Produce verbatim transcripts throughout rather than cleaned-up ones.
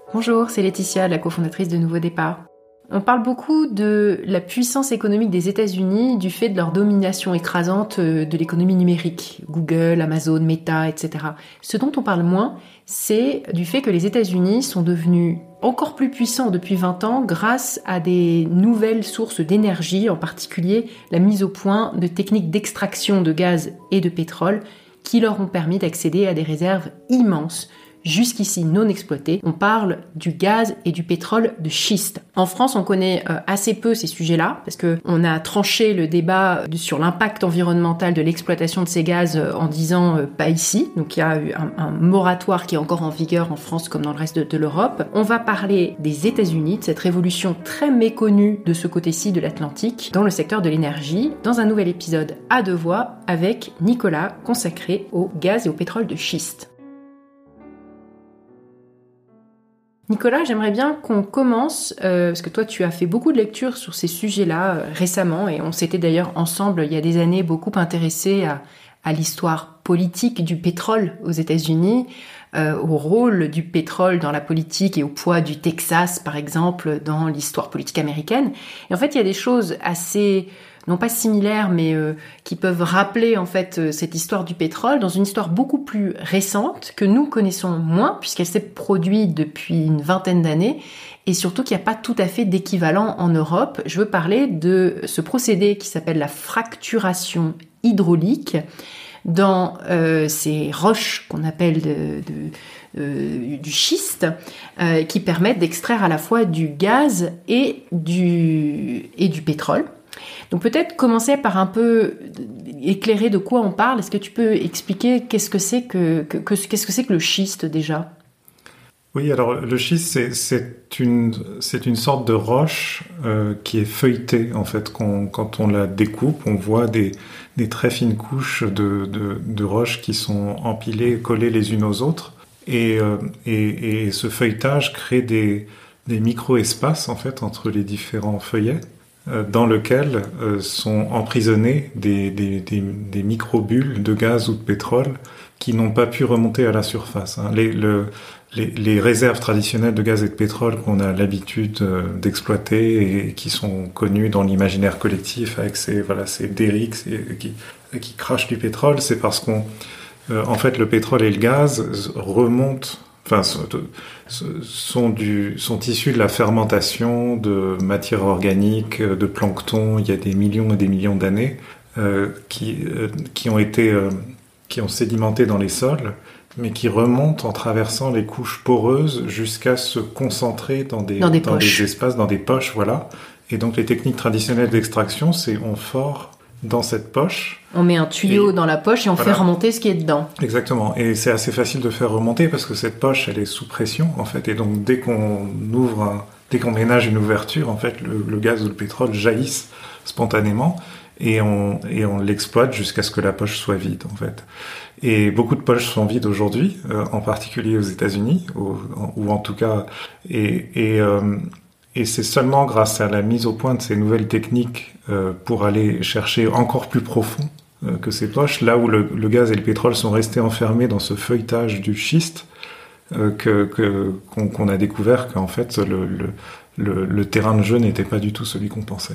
Bonjour, c'est Laetitia, la cofondatrice de Nouveau Départ. On parle beaucoup de la puissance économique des États-Unis du fait de leur domination écrasante de l'économie numérique, Google, Amazon, Meta, et cetera. Ce dont on parle moins, c'est du fait que les États-Unis sont devenus encore plus puissants depuis vingt ans grâce à des nouvelles sources d'énergie, en particulier la mise au point de techniques d'extraction de gaz et de pétrole qui leur ont permis d'accéder à des réserves immenses, jusqu'ici non exploitées. On parle du gaz et du pétrole de schiste. En France, on connaît euh, assez peu ces sujets-là, parce que on a tranché le débat sur l'impact environnemental de l'exploitation de ces gaz euh, en disant euh, pas ici. Donc il y a eu un, un moratoire qui est encore en vigueur en France comme dans le reste de, de l'Europe. On va parler des États-Unis, de cette révolution très méconnue de ce côté-ci de l'Atlantique, dans le secteur de l'énergie, dans un nouvel épisode à deux voix avec Nicolas, consacré au gaz et au pétrole de schiste. Nicolas, j'aimerais bien qu'on commence, euh, parce que toi tu as fait beaucoup de lectures sur ces sujets-là euh, récemment, et on s'était d'ailleurs ensemble il y a des années beaucoup intéressés à, à l'histoire politique du pétrole aux États-Unis, euh, au rôle du pétrole dans la politique et au poids du Texas par exemple dans l'histoire politique américaine. Et en fait il y a des choses assez... non pas similaires, mais euh, qui peuvent rappeler en fait euh, cette histoire du pétrole dans une histoire beaucoup plus récente que nous connaissons moins, puisqu'elle s'est produite depuis une vingtaine d'années, et surtout qu'il n'y a pas tout à fait d'équivalent en Europe. Je veux parler de ce procédé qui s'appelle la fracturation hydraulique dans euh, ces roches qu'on appelle de, de, euh, du schiste, euh, qui permettent d'extraire à la fois du gaz et du, et du pétrole. Donc peut-être commencer par un peu éclairer de quoi on parle. Est-ce que tu peux expliquer qu'est-ce que c'est que, que, que qu'est-ce que c'est que le schiste déjà ? Oui, alors le schiste c'est, c'est une c'est une sorte de roche euh, qui est feuilletée en fait. Qu'on, quand on la découpe, on voit des des très fines couches de de, de roches qui sont empilées, collées les unes aux autres, et euh, et, et ce feuilletage crée des des micro-espaces en fait entre les différents feuillets, dans lequel euh, sont emprisonnés des, des, des, des microbules de gaz ou de pétrole qui n'ont pas pu remonter à la surface. Hein. Les, le, les, les réserves traditionnelles de gaz et de pétrole qu'on a l'habitude euh, d'exploiter et qui sont connues dans l'imaginaire collectif avec ces, voilà, ces derricks qui, qui crachent du pétrole, c'est parce qu'on, euh, en fait, le pétrole et le gaz remontent, enfin, sont, du, sont issus de la fermentation de matières organiques, de plancton, il y a des millions et des millions d'années, euh, qui, euh, qui ont été, euh, qui ont sédimenté dans les sols, mais qui remontent en traversant les couches poreuses jusqu'à se concentrer dans des, dans des, dans des espaces, dans des poches, voilà. Et donc les techniques traditionnelles d'extraction, c'est on fore dans cette poche. On met un tuyau et, dans la poche et on voilà. fait remonter ce qui est dedans. Exactement. Et c'est assez facile de faire remonter parce que cette poche, elle est sous pression, en fait. Et donc, dès qu'on ouvre, un, dès qu'on ménage une ouverture, en fait, le, le gaz ou le pétrole jaillissent spontanément et on, et on l'exploite jusqu'à ce que la poche soit vide, en fait. Et beaucoup de poches sont vides aujourd'hui, euh, en particulier aux États-Unis, ou, ou en tout cas, et, et, euh, et c'est seulement grâce à la mise au point de ces nouvelles techniques euh, pour aller chercher encore plus profond euh, que ces poches, là où le, le gaz et le pétrole sont restés enfermés dans ce feuilletage du schiste, euh, que, que, qu'on, qu'on a découvert qu'en fait le, le, le, le terrain de jeu n'était pas du tout celui qu'on pensait.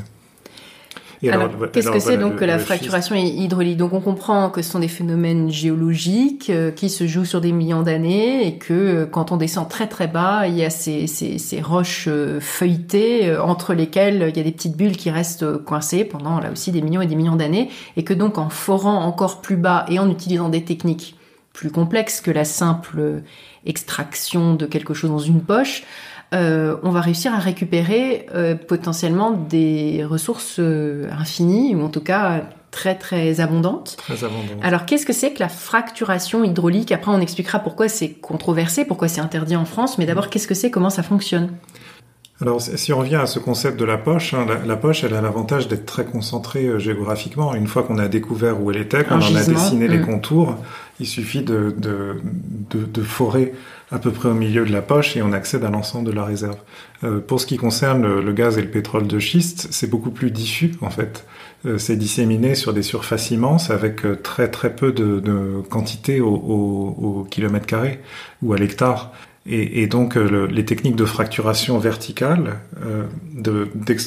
Et alors, alors, qu'est-ce alors, que c'est voilà, donc que la fracturation schiste. hydraulique ? Donc on comprend que ce sont des phénomènes géologiques euh, qui se jouent sur des millions d'années et que euh, quand on descend très très bas, il y a ces, ces, ces roches euh, feuilletées euh, entre lesquelles il y a des petites bulles qui restent euh, coincées pendant là aussi des millions et des millions d'années, et que donc en forant encore plus bas et en utilisant des techniques plus complexes que la simple extraction de quelque chose dans une poche, Euh, on va réussir à récupérer euh, potentiellement des ressources euh, infinies, ou en tout cas très très abondantes. Très abondantes. Alors qu'est-ce que c'est que la fracturation hydraulique ? Après on expliquera pourquoi c'est controversé, pourquoi c'est interdit en France, mais d'abord qu'est-ce que c'est, comment ça fonctionne ? Alors, si on revient à ce concept de la poche, hein, la, la poche, elle a l'avantage d'être très concentrée euh, géographiquement. Une fois qu'on a découvert où elle était, qu'on en a dessiné mmh. les contours, il suffit de, de, de, de forer à peu près au milieu de la poche et on accède à l'ensemble de la réserve. Euh, pour ce qui concerne le, le gaz et le pétrole de schiste, c'est beaucoup plus diffus, en fait. Euh, c'est disséminé sur des surfaces immenses avec euh, très très peu de, de quantité au, au, au kilomètre carré ou à l'hectare. Et, et donc le, les techniques de fracturation verticale, euh, de,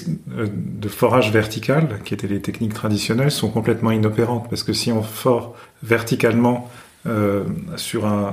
de forage vertical, qui étaient les techniques traditionnelles, sont complètement inopérantes, parce que si on fore verticalement euh, sur, un,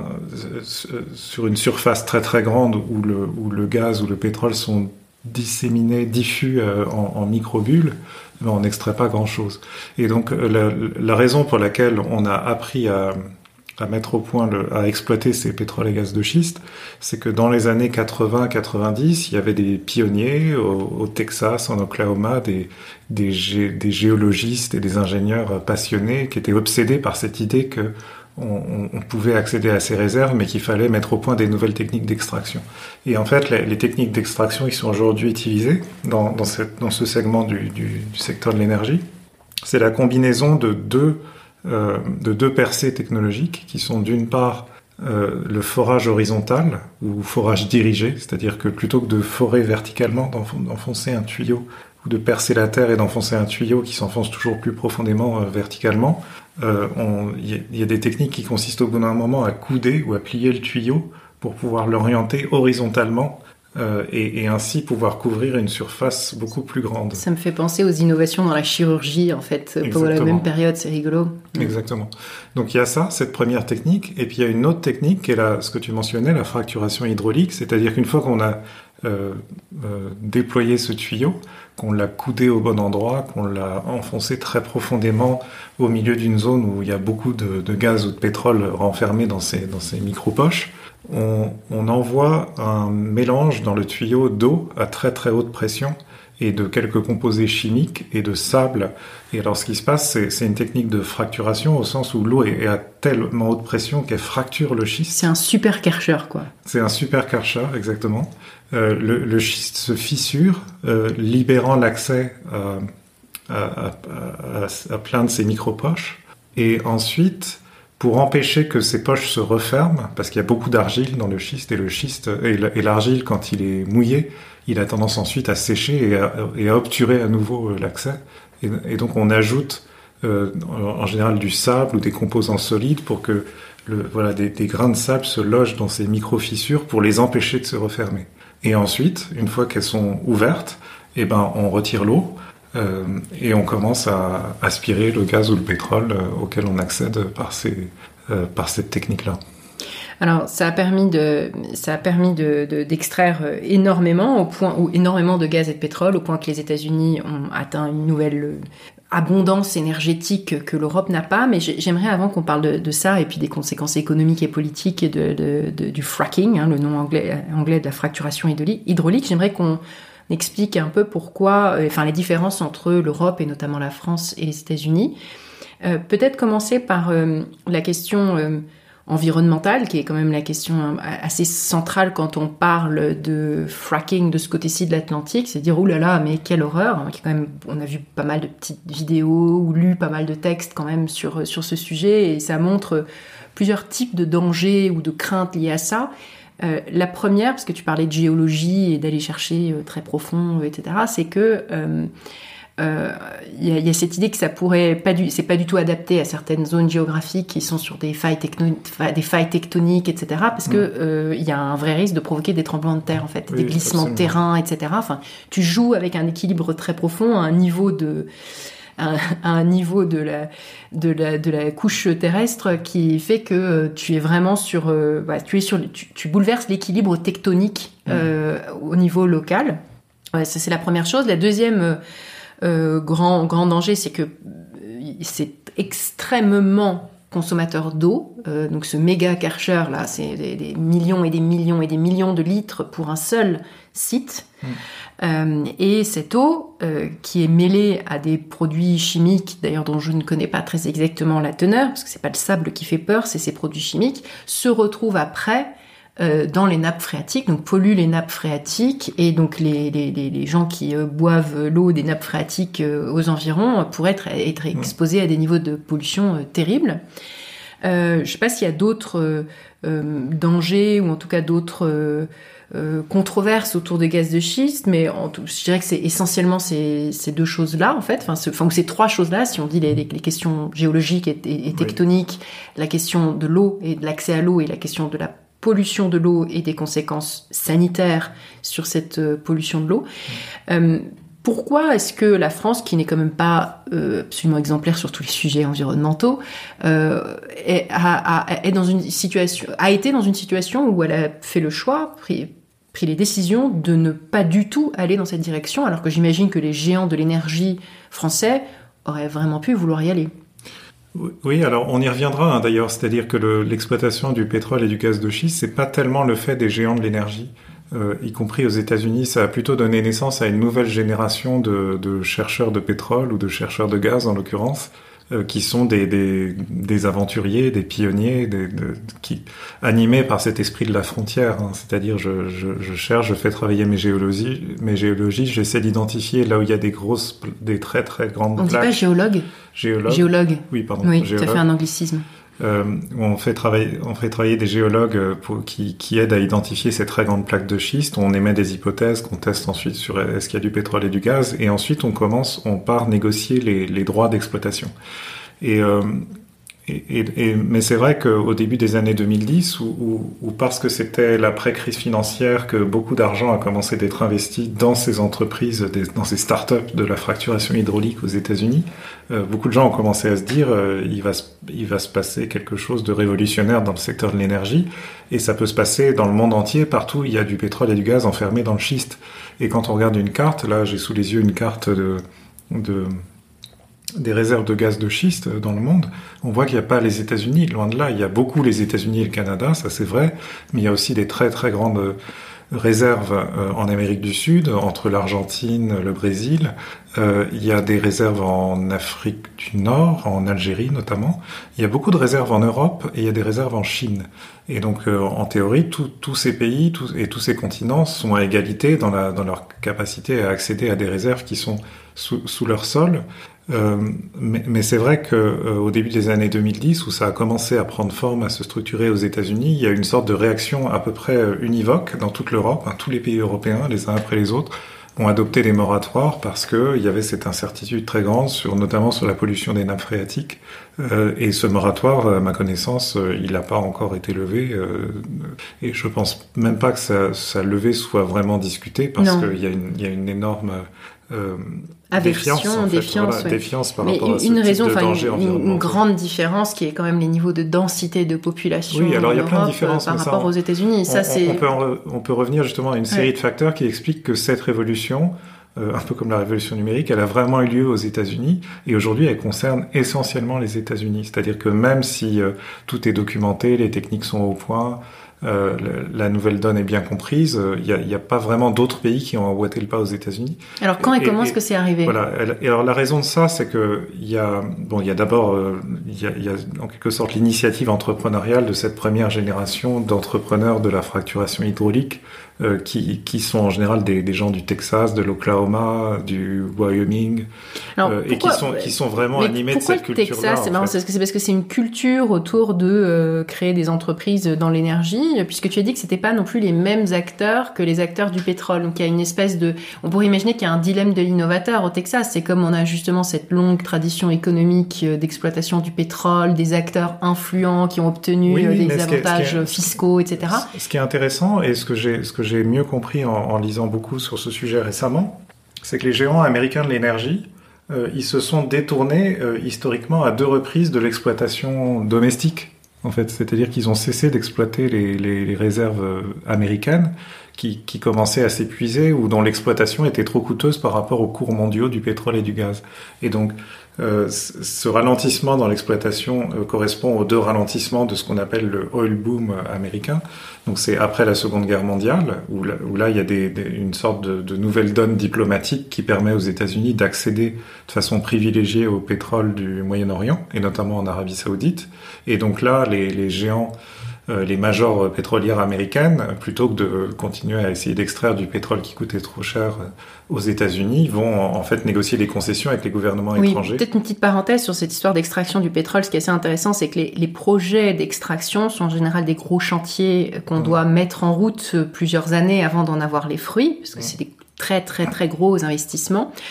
sur une surface très très grande où le, où le gaz ou le pétrole sont disséminés, diffus euh, en, en microbules, ben on n'extrait pas grand-chose. Et donc la, la raison pour laquelle on a appris à à mettre au point, le, à exploiter ces pétroles et gaz de schiste, c'est que dans les années quatre-vingts quatre-vingt-dix, il y avait des pionniers au, au Texas, en Oklahoma, des, des, gé, des géologistes et des ingénieurs passionnés qui étaient obsédés par cette idée que on, on pouvait accéder à ces réserves, mais qu'il fallait mettre au point des nouvelles techniques d'extraction. Et en fait, les, les techniques d'extraction qui sont aujourd'hui utilisées dans, dans, cette, dans ce segment du, du, du secteur de l'énergie, c'est la combinaison de deux Euh, de deux percées technologiques qui sont d'une part euh, le forage horizontal ou forage dirigé, c'est-à-dire que plutôt que de forer verticalement, d'enfoncer un tuyau ou de percer la terre et d'enfoncer un tuyau qui s'enfonce toujours plus profondément euh, verticalement, euh, il y, y a des techniques qui consistent au bout d'un moment à couder ou à plier le tuyau pour pouvoir l'orienter horizontalement Euh, et, et ainsi pouvoir couvrir une surface beaucoup plus grande. Ça me fait penser aux innovations dans la chirurgie, en fait, pour la même période, c'est rigolo. Exactement. Donc il y a ça, cette première technique, et puis il y a une autre technique qui est la, ce que tu mentionnais, la fracturation hydraulique, c'est-à-dire qu'une fois qu'on a euh, euh, déployé ce tuyau, qu'on l'a coudé au bon endroit, qu'on l'a enfoncé très profondément au milieu d'une zone où il y a beaucoup de, de gaz ou de pétrole renfermé dans ces, dans ces micro-poches, On, on envoie un mélange dans le tuyau d'eau à très très haute pression et de quelques composés chimiques et de sable. Et alors ce qui se passe, c'est, c'est une technique de fracturation au sens où l'eau est, est à tellement haute pression qu'elle fracture le schiste. C'est un super Karcher, quoi. C'est un super Karcher, exactement. Euh, le, le schiste se fissure, euh, libérant l'accès à, à, à, à, à plein de ces micro-poches. Et ensuite, pour empêcher que ces poches se referment, parce qu'il y a beaucoup d'argile dans le schiste, et le schiste et l'argile, quand il est mouillé, il a tendance ensuite à sécher et à, et à obturer à nouveau l'accès. Et, et donc on ajoute euh, en général du sable ou des composants solides pour que le, voilà, des, des grains de sable se logent dans ces micro-fissures pour les empêcher de se refermer. Et ensuite, une fois qu'elles sont ouvertes, eh ben, on retire l'eau. Euh, et on commence à aspirer le gaz ou le pétrole euh, auquel on accède par, ces, euh, par cette technique-là. Alors, ça a permis de, ça a permis de, de, d'extraire énormément, au point où énormément de gaz et de pétrole, au point que les États-Unis ont atteint une nouvelle abondance énergétique que l'Europe n'a pas. Mais j'aimerais, avant qu'on parle de, de ça et puis des conséquences économiques et politiques et de, de, de, du fracking, hein, le nom anglais, anglais de la fracturation hydraulique, j'aimerais qu'on explique un peu pourquoi, euh, enfin les différences entre l'Europe et notamment la France et les États-Unis. Euh, peut-être commencer par euh, la question euh, environnementale, qui est quand même la question assez centrale quand on parle de fracking de ce côté-ci de l'Atlantique. C'est dire, oulala, mais quelle horreur, hein, quand même, on a vu pas mal de petites vidéos ou lu pas mal de textes quand même sur, sur ce sujet, et ça montre plusieurs types de dangers ou de craintes liées à ça. Euh, la première, parce que tu parlais de géologie et d'aller chercher euh, très profond, euh, et cetera, c'est que euh, euh, y a, y a cette idée que ça pourrait pas du, c'est pas du tout adapté à certaines zones géographiques qui sont sur des failles, techno, des failles tectoniques, et cetera, parce que euh, y a un vrai risque de provoquer des tremblements de terre, en fait, oui, des glissements absolument. de terrain, et cetera. Enfin, tu joues avec un équilibre très profond, à un niveau de à un niveau de la, de la, de la couche terrestre qui fait que tu es vraiment sur, euh, bah, tu es sur, tu, tu bouleverses l'équilibre tectonique euh, mmh. au niveau local. Ouais, ça c'est la première chose. La deuxième euh, grand, grand danger, c'est que c'est extrêmement consommateur d'eau. Euh, donc ce méga Karcher là, c'est des, des millions et des millions et des millions de litres pour un seul site. Mmh. Euh, et cette eau, euh, qui est mêlée à des produits chimiques, d'ailleurs dont je ne connais pas très exactement la teneur, parce que c'est pas le sable qui fait peur, c'est ces produits chimiques, se retrouve après euh, dans les nappes phréatiques, donc pollue les nappes phréatiques, et donc les, les, les, les gens qui euh, boivent l'eau des nappes phréatiques euh, aux environs euh, pourraient être, être exposés à des niveaux de pollution euh, terribles. Euh, je ne sais pas s'il y a d'autres euh, euh, dangers, ou en tout cas d'autres euh, euh, controverses autour des gaz de schiste, mais en tout, je dirais que c'est essentiellement ces, ces deux choses-là, en fait, enfin, ce, enfin ces trois choses-là, si on dit les, les, les questions géologiques et, et, et tectoniques, oui. La question de l'eau et de l'accès à l'eau et la question de la pollution de l'eau et des conséquences sanitaires sur cette euh, pollution de l'eau. Euh, pourquoi est-ce que la France, qui n'est quand même pas euh, absolument exemplaire sur tous les sujets environnementaux, euh, est, a, a, est dans une situation, a été dans une situation où elle a fait le choix, pris, pris les décisions de ne pas du tout aller dans cette direction, alors que j'imagine que les géants de l'énergie français auraient vraiment pu vouloir y aller. Oui, alors on y reviendra hein, d'ailleurs, c'est-à-dire que le, l'exploitation du pétrole et du gaz de schiste, c'est pas tellement le fait des géants de l'énergie, euh, y compris aux États-Unis, ça a plutôt donné naissance à une nouvelle génération de, de chercheurs de pétrole ou de chercheurs de gaz en l'occurrence, euh, qui sont des, des, des aventuriers, des pionniers, des, de, qui animés par cet esprit de la frontière, hein, c'est-à-dire je, je, je cherche, je fais travailler mes géologies, mes géologistes, j'essaie d'identifier là où il y a des grosses, des très très grandes on plaques. On dit pas géologue. Géologue. Géologue. Oui, pardon. Oui, géologue. Ça fait un anglicisme. Euh, on fait travailler, on fait travailler des géologues pour, qui, qui aident à identifier ces très grandes plaques de schiste. On émet des hypothèses qu'on teste ensuite sur est-ce qu'il y a du pétrole et du gaz, et ensuite on commence, on part négocier les, les droits d'exploitation. Et, euh, et, et, et mais c'est vrai qu'au début des années deux mille dix, où, où, où parce que c'était l'après-crise financière, que beaucoup d'argent a commencé d'être investi dans ces entreprises, des, dans ces startups de la fracturation hydraulique aux États-Unis, euh, beaucoup de gens ont commencé à se dire euh, il va se, il va se passer quelque chose de révolutionnaire dans le secteur de l'énergie, et ça peut se passer dans le monde entier, partout où il y a du pétrole et du gaz enfermés dans le schiste. Et quand on regarde une carte, là j'ai sous les yeux une carte de, de des réserves de gaz de schiste dans le monde, on voit qu'il n'y a pas les États-Unis, loin de là. Il y a beaucoup les États-Unis et le Canada, ça c'est vrai, mais il y a aussi des très très grandes réserves en Amérique du Sud, entre l'Argentine, le Brésil. Euh, il y a des réserves en Afrique du Nord, en Algérie notamment. Il y a beaucoup de réserves en Europe et il y a des réserves en Chine. Et donc, euh, en théorie, tous ces pays tous, et tous ces continents sont à égalité dans, la, dans leur capacité à accéder à des réserves qui sont sous, sous leur sol. Euh, mais, mais c'est vrai que euh, au début des années deux mille dix, où ça a commencé à prendre forme, à se structurer aux États-Unis, il y a une sorte de réaction à peu près univoque dans toute l'Europe. Hein, tous les pays européens, les uns après les autres, ont adopté des moratoires parce que il y avait cette incertitude très grande sur, notamment sur la pollution des nappes phréatiques. Euh, et ce moratoire, à ma connaissance, euh, il n'a pas encore été levé. Euh, et je pense même pas que sa, sa levée soit vraiment discutée parce qu'il y a une, il y a une énorme Euh, Aversion, défiance, en fait. défiance, voilà, ouais. défiance par mais rapport une, à ce une type raison, de danger une, environnemental. une grande différence qui est quand même les niveaux de densité de population oui, alors il y a en plein de Europe différences, par mais rapport ça, aux États-Unis. Ça, on, c'est... on, peut en, on peut revenir justement à une série ouais. de facteurs qui expliquent que cette révolution, euh, un peu comme la révolution numérique, elle a vraiment eu lieu aux États-Unis et aujourd'hui elle concerne essentiellement les États-Unis. C'est-à-dire que même si euh, tout est documenté, les techniques sont au point, Euh, la nouvelle donne est bien comprise. Il euh, n'y a, a pas vraiment d'autres pays qui ont emboîté le pas aux États-Unis. Alors quand et, et comment est-ce que c'est arrivé ? Voilà. Et alors la raison de ça, c'est que il y a bon, il y a d'abord euh, il y a, y a en quelque sorte l'initiative entrepreneuriale de cette première génération d'entrepreneurs de la fracturation hydraulique euh, qui qui sont en général des, des gens du Texas, de l'Oklahoma, du Wyoming, alors, euh, pourquoi, et qui sont qui sont vraiment animés de cette culture-là. Pourquoi le Texas ? C'est marrant, c'est parce que c'est une culture autour de euh, créer des entreprises dans l'énergie. Puisque tu as dit que c'était pas non plus les mêmes acteurs que les acteurs du pétrole. Donc il y a une espèce de... On pourrait imaginer qu'il y a un dilemme de l'innovateur au Texas. C'est comme on a justement cette longue tradition économique d'exploitation du pétrole, des acteurs influents qui ont obtenu oui, oui, des avantages est, est, fiscaux, et cetera. Ce qui est intéressant, et ce que j'ai, ce que j'ai mieux compris en, en lisant beaucoup sur ce sujet récemment, c'est que les géants américains de l'énergie, euh, ils se sont détournés euh, historiquement à deux reprises de l'exploitation domestique. En fait, c'est-à-dire qu'ils ont cessé d'exploiter les, les, les réserves américaines qui, qui commençaient à s'épuiser ou dont l'exploitation était trop coûteuse par rapport aux cours mondiaux du pétrole et du gaz. Et donc, euh, ce ralentissement dans l'exploitation euh, correspond aux deux ralentissements de ce qu'on appelle le oil boom américain. Donc, c'est après la Seconde Guerre mondiale, où là, où là il y a des, des, une sorte de, de nouvelle donne diplomatique qui permet aux États-Unis d'accéder de façon privilégiée au pétrole du Moyen-Orient, et notamment en Arabie Saoudite. Et donc là, les, les géants, euh, les majors pétrolières américaines, plutôt que de continuer à essayer d'extraire du pétrole qui coûtait trop cher aux États-Unis, vont en fait négocier des concessions avec les gouvernements oui, étrangers. Peut-être une petite parenthèse sur cette histoire d'extraction du pétrole. Ce qui est assez intéressant, c'est que les, les projets d'extraction sont en général des gros chantiers qu'on mmh. doit mettre en route plusieurs années avant d'en avoir les fruits, parce que mmh. c'est des très très très gros investissements.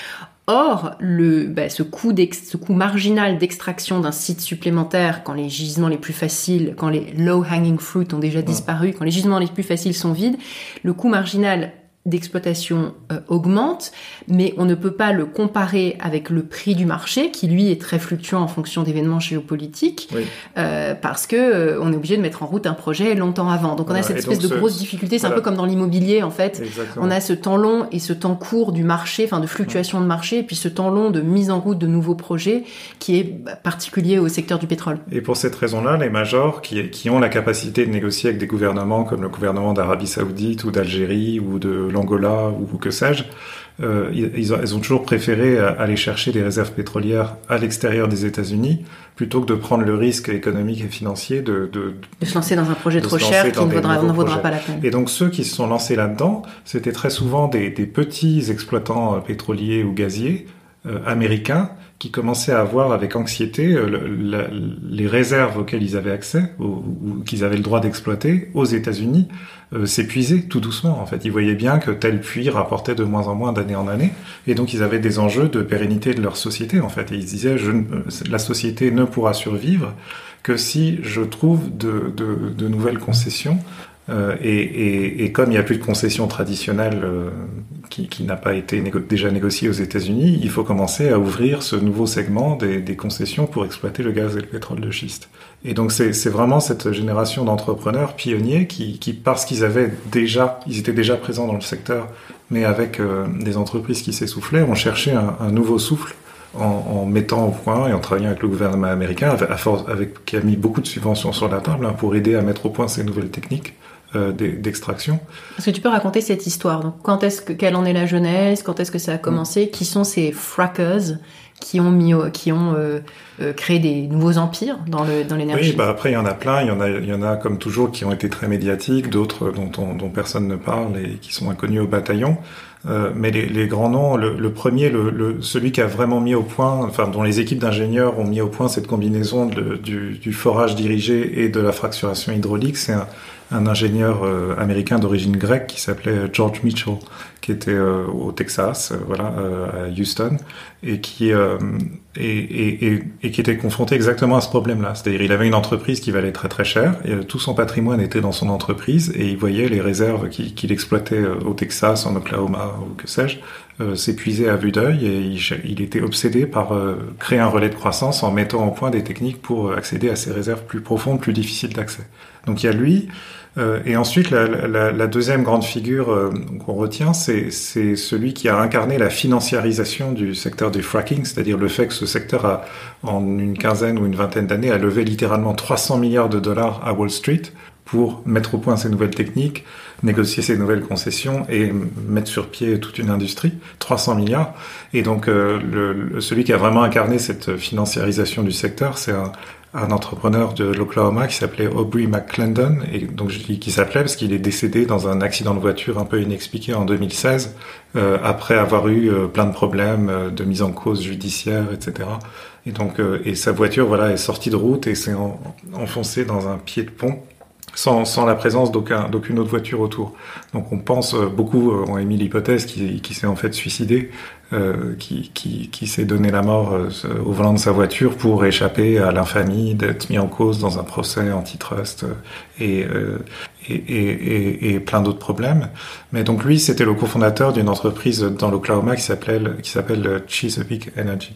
Or, le, bah, ce, coût d'ex, ce coût marginal d'extraction d'un site supplémentaire, quand les gisements les plus faciles, quand les low-hanging fruit ont déjà disparu, quand les gisements les plus faciles sont vides, le coût marginal d'exploitation euh, augmente, mais on ne peut pas le comparer avec le prix du marché, qui lui est très fluctuant en fonction d'événements géopolitiques, oui. euh, parce que euh, on est obligé de mettre en route un projet longtemps avant. Donc on voilà, a cette espèce de ce... grosse difficulté, c'est voilà. un peu comme dans l'immobilier en fait. Exactement. On a ce temps long et ce temps court du marché, enfin de fluctuation ouais. de marché, et puis ce temps long de mise en route de nouveaux projets, qui est particulier au secteur du pétrole. Et pour cette raison-là, les majors qui, qui ont la capacité de négocier avec des gouvernements comme le gouvernement d'Arabie Saoudite ou d'Algérie ou de l'Angola ou que sais-je, euh, ils, ont, ils ont toujours préféré aller chercher des réserves pétrolières à l'extérieur des États-Unis plutôt que de prendre le risque économique et financier de, de, de se lancer dans un projet trop cher qui ne vaudra, ne vaudra pas la peine. Et donc ceux qui se sont lancés là-dedans, c'était très souvent des, des petits exploitants pétroliers ou gaziers euh, américains qui commençaient à avoir avec anxiété euh, le, la, les réserves auxquelles ils avaient accès ou, ou qu'ils avaient le droit d'exploiter aux États-Unis euh, s'épuiser tout doucement. En fait, ils voyaient bien que tel puits rapportait de moins en moins d'année en année, et donc ils avaient des enjeux de pérennité de leur société. En fait, et ils disaient je ne, la société ne pourra survivre que si je trouve de, de, de nouvelles concessions. Euh, et, et, et comme il n'y a plus de concession traditionnelle euh, qui, qui n'a pas été négo- déjà négociée aux États-Unis, il faut commencer à ouvrir ce nouveau segment des, des concessions pour exploiter le gaz et le pétrole de schiste. Et donc c'est, c'est vraiment cette génération d'entrepreneurs pionniers qui, qui, parce qu'ils avaient déjà, ils étaient déjà présents dans le secteur, mais avec euh, des entreprises qui s'essoufflaient, ont cherché un, un nouveau souffle. En, en mettant au point et en travaillant avec le gouvernement américain, avec, à force, avec, qui a mis beaucoup de subventions sur la table hein, pour aider à mettre au point ces nouvelles techniques euh, d'extraction. Est-ce que tu peux raconter cette histoire? Donc, quand est-ce que, quelle en est la genèse? Quand est-ce que ça a commencé? mmh. Qui sont ces frackers qui ont mis, qui ont euh, euh, créé des nouveaux empires dans le dans l'énergie? Oui, bah après il y en a plein. Il y en a, il y en a comme toujours qui ont été très médiatiques, d'autres dont, on, dont personne ne parle et qui sont inconnus au bataillon. Euh, mais les, les grands noms, le, le premier, le, le, celui qui a vraiment mis au point, enfin dont les équipes d'ingénieurs ont mis au point cette combinaison de, du, du forage dirigé et de la fracturation hydraulique, c'est un, un ingénieur euh, américain d'origine grecque qui s'appelait George Mitchell, qui était euh, au Texas, euh, voilà, euh, à Houston, et qui euh, et, et, et, et qui était confronté exactement à ce problème-là. C'est-à-dire, il avait une entreprise qui valait très très cher, et tout son patrimoine était dans son entreprise, et il voyait les réserves qu'il, qu'il exploitait au Texas, en Oklahoma ou que sais-je, euh, s'épuiser à vue d'œil, et il, il était obsédé par euh, créer un relais de croissance en mettant au point des techniques pour accéder à ces réserves plus profondes, plus difficiles d'accès. Donc il y a lui. Euh, et ensuite, la, la, la deuxième grande figure euh, qu'on retient, c'est, c'est celui qui a incarné la financiarisation du secteur du fracking, c'est-à-dire le fait que ce secteur a, en une quinzaine ou une vingtaine d'années, a levé littéralement trois cents milliards de dollars à Wall Street pour mettre au point ces nouvelles techniques, négocier ces nouvelles concessions et mettre sur pied toute une industrie, trois cents milliards. Et donc, euh, le, le, celui qui a vraiment incarné cette financiarisation du secteur, c'est un un entrepreneur de l'Oklahoma qui s'appelait Aubrey McClendon, et donc je dis qui s'appelait parce qu'il est décédé dans un accident de voiture un peu inexpliqué en deux mille seize, euh, après avoir eu euh, plein de problèmes euh, de mise en cause judiciaire, et cetera. Et donc, euh, et sa voiture, voilà, est sortie de route et s'est en, enfoncée dans un pied de pont, sans, sans la présence d'aucun, d'aucune autre voiture autour. Donc on pense, euh, beaucoup euh, ont émis l'hypothèse qu'il, qu'il s'est en fait suicidé, euh, qui, qui, qui s'est donné la mort euh, au volant de sa voiture pour échapper à l'infamie d'être mis en cause dans un procès antitrust euh, et, euh, et, et, et, et plein d'autres problèmes. Mais donc lui, c'était le cofondateur d'une entreprise dans l'Oklahoma qui s'appelle, qui s'appelle Chesapeake Energy.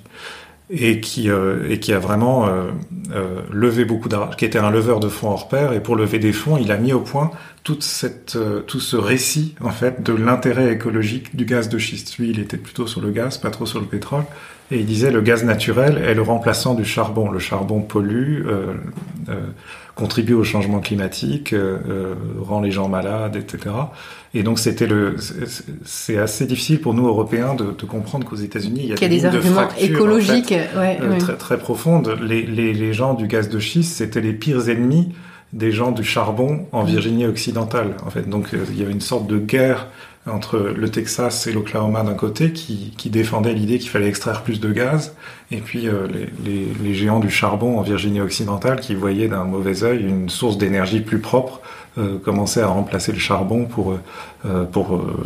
Et qui euh, et qui a vraiment euh, euh, levé beaucoup d'argent, qui était un leveur de fonds hors pair, et pour lever des fonds, il a mis au point toute cette euh, tout ce récit en fait de l'intérêt écologique du gaz de schiste. Lui, il était plutôt sur le gaz, pas trop sur le pétrole, et il disait le gaz naturel est le remplaçant du charbon. Le charbon pollue, euh, euh, contribue au changement climatique, euh, euh, rend les gens malades, et cetera. Et donc c'était le, c'est assez difficile pour nous Européens de, de comprendre qu'aux États-Unis il y a, qu'il des, y a des arguments de fracture, écologiques, en fait, ouais, euh, ouais. très très profondes. Les, les les gens du gaz de schiste, c'était les pires ennemis des gens du charbon en Virginie occidentale. En fait, donc euh, il y avait une sorte de guerre entre le Texas et l'Oklahoma d'un côté qui, qui défendait l'idée qu'il fallait extraire plus de gaz, et puis euh, les, les, les géants du charbon en Virginie occidentale qui voyaient d'un mauvais œil une source d'énergie plus propre euh, commencer à remplacer le charbon pour, euh, pour, euh, pour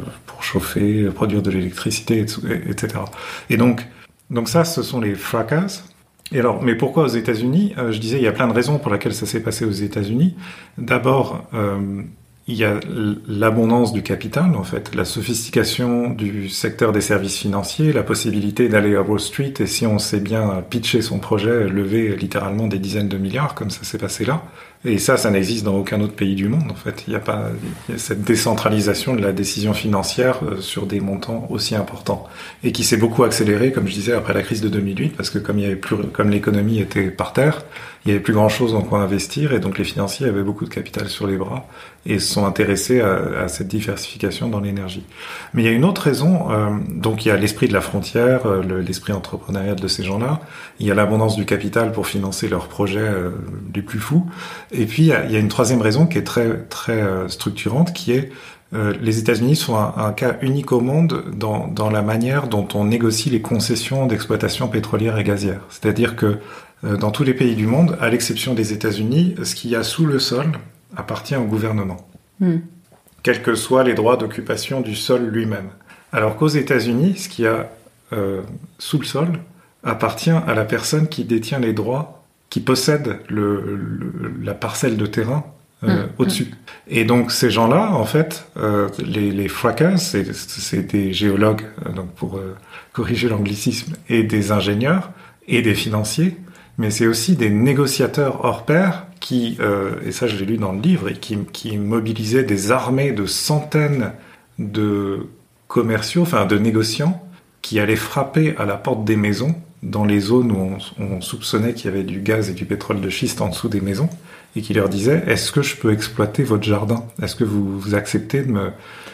chauffer, produire de l'électricité, et cetera. Et donc, donc ça, ce sont les fracas. Et alors, mais pourquoi aux États-Unis ? euh, Je disais, il y a plein de raisons pour lesquelles ça s'est passé aux États-Unis. D'abord, euh, il y a l'abondance du capital, en fait, la sophistication du secteur des services financiers, la possibilité d'aller à Wall Street et, si on sait bien pitcher son projet, lever littéralement des dizaines de milliards, comme ça s'est passé là. Et ça, ça n'existe dans aucun autre pays du monde, en fait. Il n'y a pas il y a cette décentralisation de la décision financière sur des montants aussi importants. Et qui s'est beaucoup accélérée, comme je disais, après la crise de deux mille huit, parce que comme il y avait plus, comme l'économie était par terre, il y avait plus grand chose dans quoi investir, et donc les financiers avaient beaucoup de capital sur les bras, et se sont intéressés à, à cette diversification dans l'énergie. Mais il y a une autre raison, euh, donc il y a l'esprit de la frontière, euh, le, l'esprit entrepreneurial de ces gens-là, il y a l'abondance du capital pour financer leurs projets euh, les plus fous, et puis il y a, il y a une troisième raison qui est très très euh, structurante, qui est euh, les États-Unis sont un, un cas unique au monde dans, dans la manière dont on négocie les concessions d'exploitation pétrolière et gazière. C'est-à-dire que euh, dans tous les pays du monde, à l'exception des États-Unis, ce qu'il y a sous le sol appartient au gouvernement, mmh. quels que soient les droits d'occupation du sol lui-même. Alors qu'aux États-Unis, ce qu'il y a euh, sous le sol appartient à la personne qui détient les droits, qui possède le, le, la parcelle de terrain euh, mmh. au-dessus. Et donc ces gens-là, en fait, euh, les, les fracas, c'est, c'est des géologues, euh, donc pour euh, corriger l'anglicisme, et des ingénieurs, et des financiers, mais c'est aussi des négociateurs hors pair qui, euh, et ça je l'ai lu dans le livre, et qui, qui mobilisaient des armées de centaines de commerciaux, enfin de négociants, qui allaient frapper à la porte des maisons, dans les zones où on, on soupçonnait qu'il y avait du gaz et du pétrole de schiste en dessous des maisons, et qui leur disaient « Est-ce que je peux exploiter votre jardin ? Est-ce que vous, vous acceptez de me,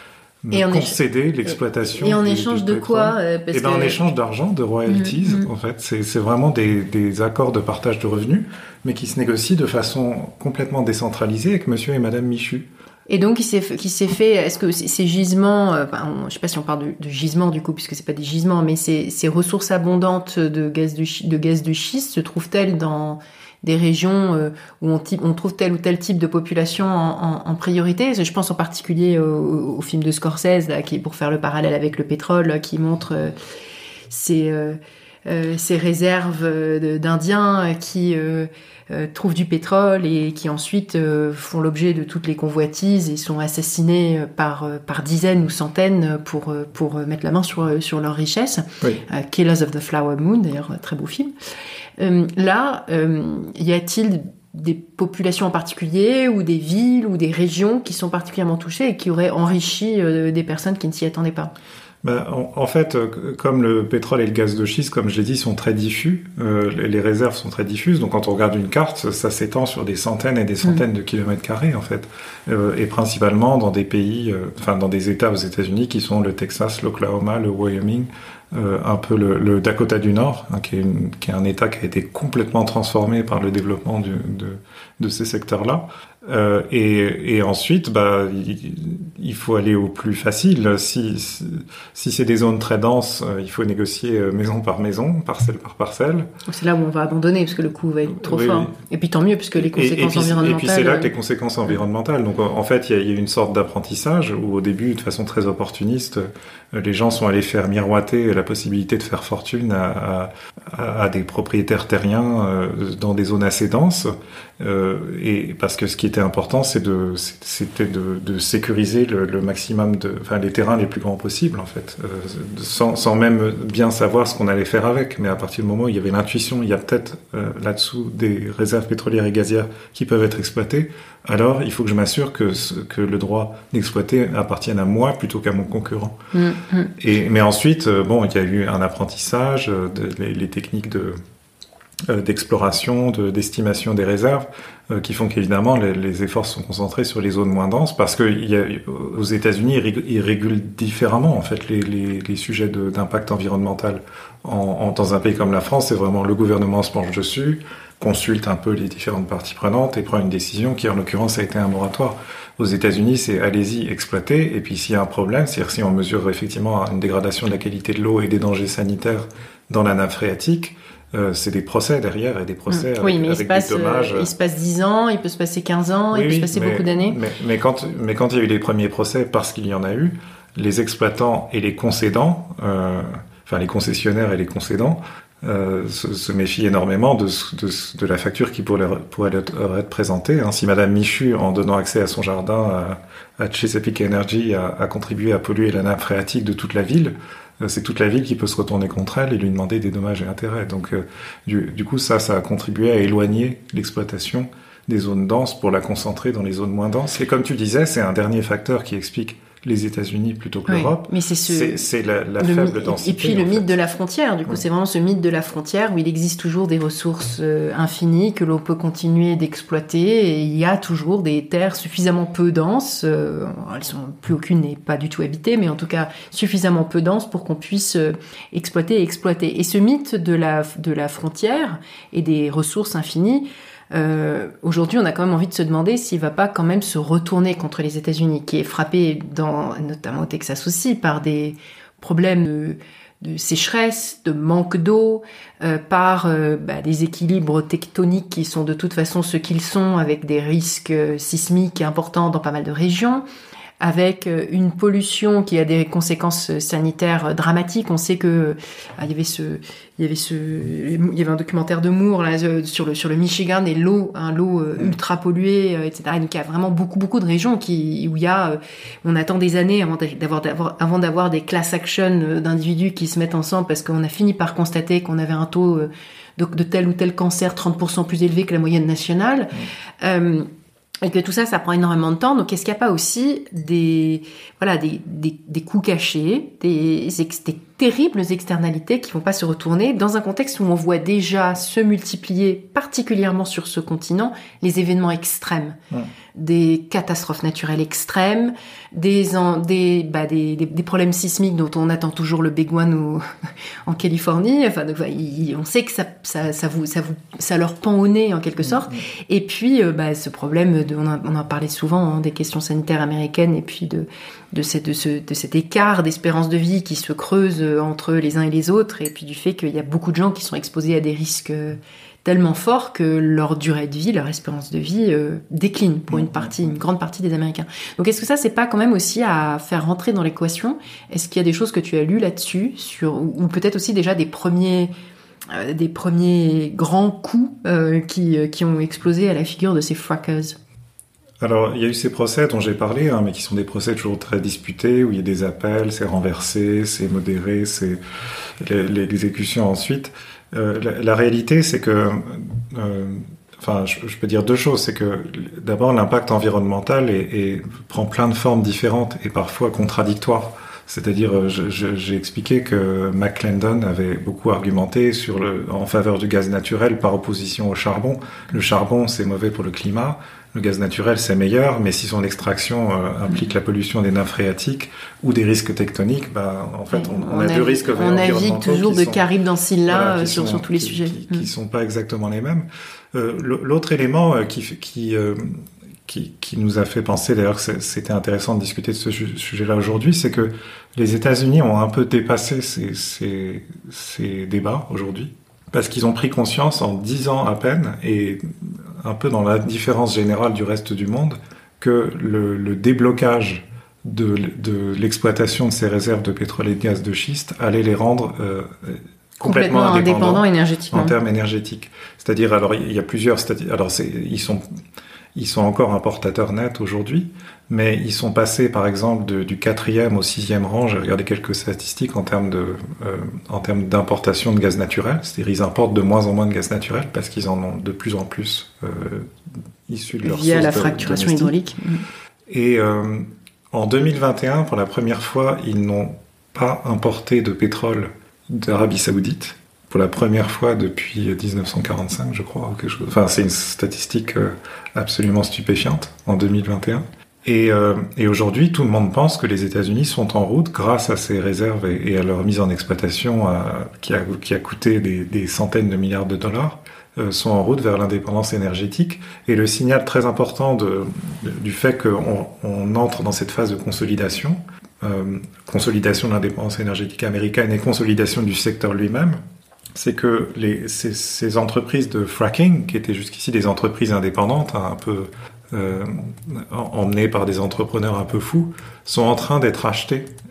me concéder éch- l'exploitation ?» Et en du, échange du de quoi euh, parce Et ben, que... en échange d'argent, de royalties, mmh, mmh. en fait. C'est, c'est vraiment des, des accords de partage de revenus, mais qui se négocient de façon complètement décentralisée avec monsieur et madame Michu. Et donc, qui s'est, qui s'est fait, est-ce que ces gisements, euh, enfin, on, je sais pas si on parle de, de gisements du coup, puisque c'est pas des gisements, mais ces, ces ressources abondantes de gaz de, de gaz de schiste se trouvent-elles dans des régions euh, où on, type, on trouve tel ou tel type de population en, en, en priorité? Je pense en particulier au, au film de Scorsese, là, qui, pour faire le parallèle avec le pétrole, qui montre euh, ces, euh, euh, ces réserves euh, d'Indiens qui euh, euh, trouvent du pétrole et qui ensuite euh, font l'objet de toutes les convoitises et sont assassinés par, par dizaines ou centaines pour, pour mettre la main sur, sur leurs richesses. Oui. Euh, Killers of the Flower Moon, d'ailleurs, très beau film. Euh, là, euh, y a-t-il des populations en particulier ou des villes ou des régions qui sont particulièrement touchées et qui auraient enrichi euh, des personnes qui ne s'y attendaient pas? Ben, en, en fait, comme le pétrole et le gaz de schiste, comme je l'ai dit, sont très diffus, euh, les réserves sont très diffuses, donc quand on regarde une carte, ça s'étend sur des centaines et des centaines mmh. de kilomètres carrés, en fait, euh, et principalement dans des pays, euh, enfin dans des États aux États-Unis qui sont le Texas, l'Oklahoma, le Wyoming, euh, un peu le, le Dakota du Nord, hein, qui, est une, qui est un État qui a été complètement transformé par le développement du, de, de ces secteurs-là. Euh, et, et ensuite, bah, il, il faut aller au plus facile. Si, si, si c'est des zones très denses, euh, il faut négocier euh, maison par maison, parcelle par parcelle. C'est là où on va abandonner, parce que le coût va être trop oui, fort. Oui. Et puis tant mieux, puisque les conséquences et, et puis, environnementales... Et puis c'est là que les conséquences environnementales. Donc en fait, il y a, il y a une sorte d'apprentissage où au début, de façon très opportuniste, les gens sont allés faire miroiter la possibilité de faire fortune à, à, à des propriétaires terriens euh, dans des zones assez denses. Euh, et parce que ce qui était important, c'est de, c'était de, de sécuriser le, le maximum de, enfin les terrains les plus grands possibles en fait, euh, sans, sans même bien savoir ce qu'on allait faire avec. Mais à partir du moment où il y avait l'intuition, il y a peut-être euh, là-dessous des réserves pétrolières et gazières qui peuvent être exploitées. Alors il faut que je m'assure que que le droit d'exploiter appartienne à moi plutôt qu'à mon concurrent. Mmh, mmh. Et mais ensuite, euh, bon, il y a eu un apprentissage, euh, de, les, les techniques de d'exploration, de, d'estimation des réserves, euh, qui font qu'évidemment les, les efforts sont concentrés sur les zones moins denses, parce que il y a, aux États-Unis ils, rég, ils régulent différemment en fait les, les, les sujets de, d'impact environnemental. En, en, dans un pays comme la France, c'est vraiment le gouvernement se penche dessus, consulte un peu les différentes parties prenantes et prend une décision qui en l'occurrence a été un moratoire. Aux États-Unis, c'est allez-y, exploitez, et puis s'il y a un problème, c'est-à-dire si on mesure effectivement une dégradation de la qualité de l'eau et des dangers sanitaires dans la nappe phréatique, Euh, c'est des procès derrière et des procès mmh. avec, oui, mais avec il se passe, des dommages. Euh, il se passe dix ans, il peut se passer quinze ans, oui, il peut oui, se passer mais, beaucoup d'années. Mais, mais, quand, mais quand il y a eu les premiers procès, parce qu'il y en a eu, les exploitants et les concédants, euh, enfin les concessionnaires et les concédants, euh, se, se méfient énormément de, de, de la facture qui pourrait, pourrait leur être présentée. Hein. Si Madame Michu, en donnant accès à son jardin à, à Chesapeake Energy, a, a contribué à polluer la nappe phréatique de toute la ville, c'est toute la ville qui peut se retourner contre elle et lui demander des dommages et intérêts. Donc, euh, du, du coup, ça, ça a contribué à éloigner l'exploitation des zones denses pour la concentrer dans les zones moins denses. Et comme tu disais, c'est un dernier facteur qui explique les États-Unis plutôt que oui, l'Europe. Mais c'est, ce, c'est, c'est la, la faible mythe, densité. Et puis le mythe fait. de la frontière. Du coup, oui. c'est vraiment ce mythe de la frontière où il existe toujours des ressources euh, infinies que l'on peut continuer d'exploiter. Et il y a toujours des terres suffisamment peu denses. Euh, elles sont plus aucune n'est pas du tout habitée, mais en tout cas suffisamment peu denses pour qu'on puisse euh, exploiter et exploiter. Et ce mythe de la de la frontière et des ressources infinies. Euh, aujourd'hui, on a quand même envie de se demander s'il va pas quand même se retourner contre les États-Unis, qui est frappé, dans, notamment au Texas aussi, par des problèmes de, de sécheresse, de manque d'eau, euh, par euh, bah, des équilibres tectoniques qui sont de toute façon ce qu'ils sont, avec des risques sismiques importants dans pas mal de régions, avec une pollution qui a des conséquences sanitaires dramatiques. On sait que ah, il y avait ce, il y avait ce, il y avait un documentaire de Moore là sur le sur le Michigan et l'eau, hein, l'eau ultra polluée, et cetera. Et donc il y a vraiment beaucoup beaucoup de régions qui où il y a, on attend des années avant d'avoir, d'avoir avant d'avoir des class action d'individus qui se mettent ensemble parce qu'on a fini par constater qu'on avait un taux de, de tel ou tel cancer trente pour cent plus élevé que la moyenne nationale. Mmh. Euh, Et que tout ça, ça prend énormément de temps. Donc, est-ce qu'il n'y a pas aussi des, voilà, des, des, des coûts cachés, des, des terribles externalités qui vont pas se retourner dans un contexte où on voit déjà se multiplier, particulièrement sur ce continent, les événements extrêmes, ouais. des catastrophes naturelles extrêmes, des, en, des, bah, des, des, des problèmes sismiques dont on attend toujours le big one ou, en Californie. Enfin, donc, y, on sait que ça, ça, ça vous, ça vous, ça leur pend au nez en quelque sorte. Ouais. Et puis, euh, bah, ce problème de, on, a, on en parlait souvent, hein, des questions sanitaires américaines et puis de, de, cette, de, ce, de cet écart d'espérance de vie qui se creuse entre les uns et les autres, et puis du fait qu'il y a beaucoup de gens qui sont exposés à des risques tellement forts que leur durée de vie, leur espérance de vie euh, décline pour une partie, une grande partie des Américains. Donc est-ce que ça, c'est pas quand même aussi à faire rentrer dans l'équation ? Est-ce qu'il y a des choses que tu as lues là-dessus, sur, ou, ou peut-être aussi déjà des premiers, euh, des premiers grands coups euh, qui, euh, qui ont explosé à la figure de ces frackers ? Alors, il y a eu ces procès dont j'ai parlé, hein, mais qui sont des procès toujours très disputés, où il y a des appels, c'est renversé, c'est modéré, c'est l'exécution ensuite. Euh, la, la réalité, c'est que, euh, enfin, je, je peux dire deux choses. C'est que, d'abord, l'impact environnemental est, est, prend plein de formes différentes et parfois contradictoires. C'est-à-dire, je, je, j'ai expliqué que McClendon avait beaucoup argumenté sur le, en faveur du gaz naturel par opposition au charbon. Le charbon, c'est mauvais pour le climat. Le gaz naturel, c'est meilleur, mais si son extraction euh, implique la pollution des nappes phréatiques ou des risques tectoniques, bah, en fait, on, on, on a deux risques on environnementaux. On navigue toujours de sont, Caraïbes dans Scylla voilà, sur, sont, sur tous les qui, sujets. Qui, qui, qui sont pas exactement les mêmes. Euh, l'autre élément euh, qui, qui, euh, qui, qui nous a fait penser, d'ailleurs, que c'était intéressant de discuter de ce sujet-là aujourd'hui, c'est que les États-Unis ont un peu dépassé ces, ces, ces débats aujourd'hui. Parce qu'ils ont pris conscience en dix ans à peine, et un peu dans la différence générale du reste du monde, que le, le déblocage de, de l'exploitation de ces réserves de pétrole et de gaz de schiste allait les rendre euh, complètement, complètement indépendants, indépendants énergétiquement. En termes énergétiques. C'est-à-dire, alors il y a plusieurs, c'est-à-dire, alors c'est, ils sont Ils sont encore importateurs nets aujourd'hui, mais ils sont passés, par exemple, de, du quatrième au sixième rang. J'ai regardé quelques statistiques en termes de, euh, en termes d'importation de gaz naturel. C'est-à-dire, ils importent de moins en moins de gaz naturel parce qu'ils en ont de plus en plus euh, issus de leur via source la de, fracturation domestique. hydraulique. Et euh, en deux mille vingt et un, pour la première fois, ils n'ont pas importé de pétrole d'Arabie Saoudite. Pour la première fois depuis dix-neuf cent quarante-cinq, je crois, ou quelque chose. Enfin, c'est une statistique euh, absolument stupéfiante en deux mille vingt et un. Et, euh, et aujourd'hui, tout le monde pense que les États-Unis sont en route grâce à ces réserves et, et à leur mise en exploitation euh, qui, a, qui a coûté des, des centaines de milliards de dollars, euh, sont en route vers l'indépendance énergétique. Et le signal très important de, de, du fait qu'on on entre dans cette phase de consolidation, euh, consolidation de l'indépendance énergétique américaine et consolidation du secteur lui-même, c'est que les, ces, ces entreprises de fracking, qui étaient jusqu'ici des entreprises indépendantes, hein, un peu euh, emmenées par des entrepreneurs un peu fous, sont en train d'être achetées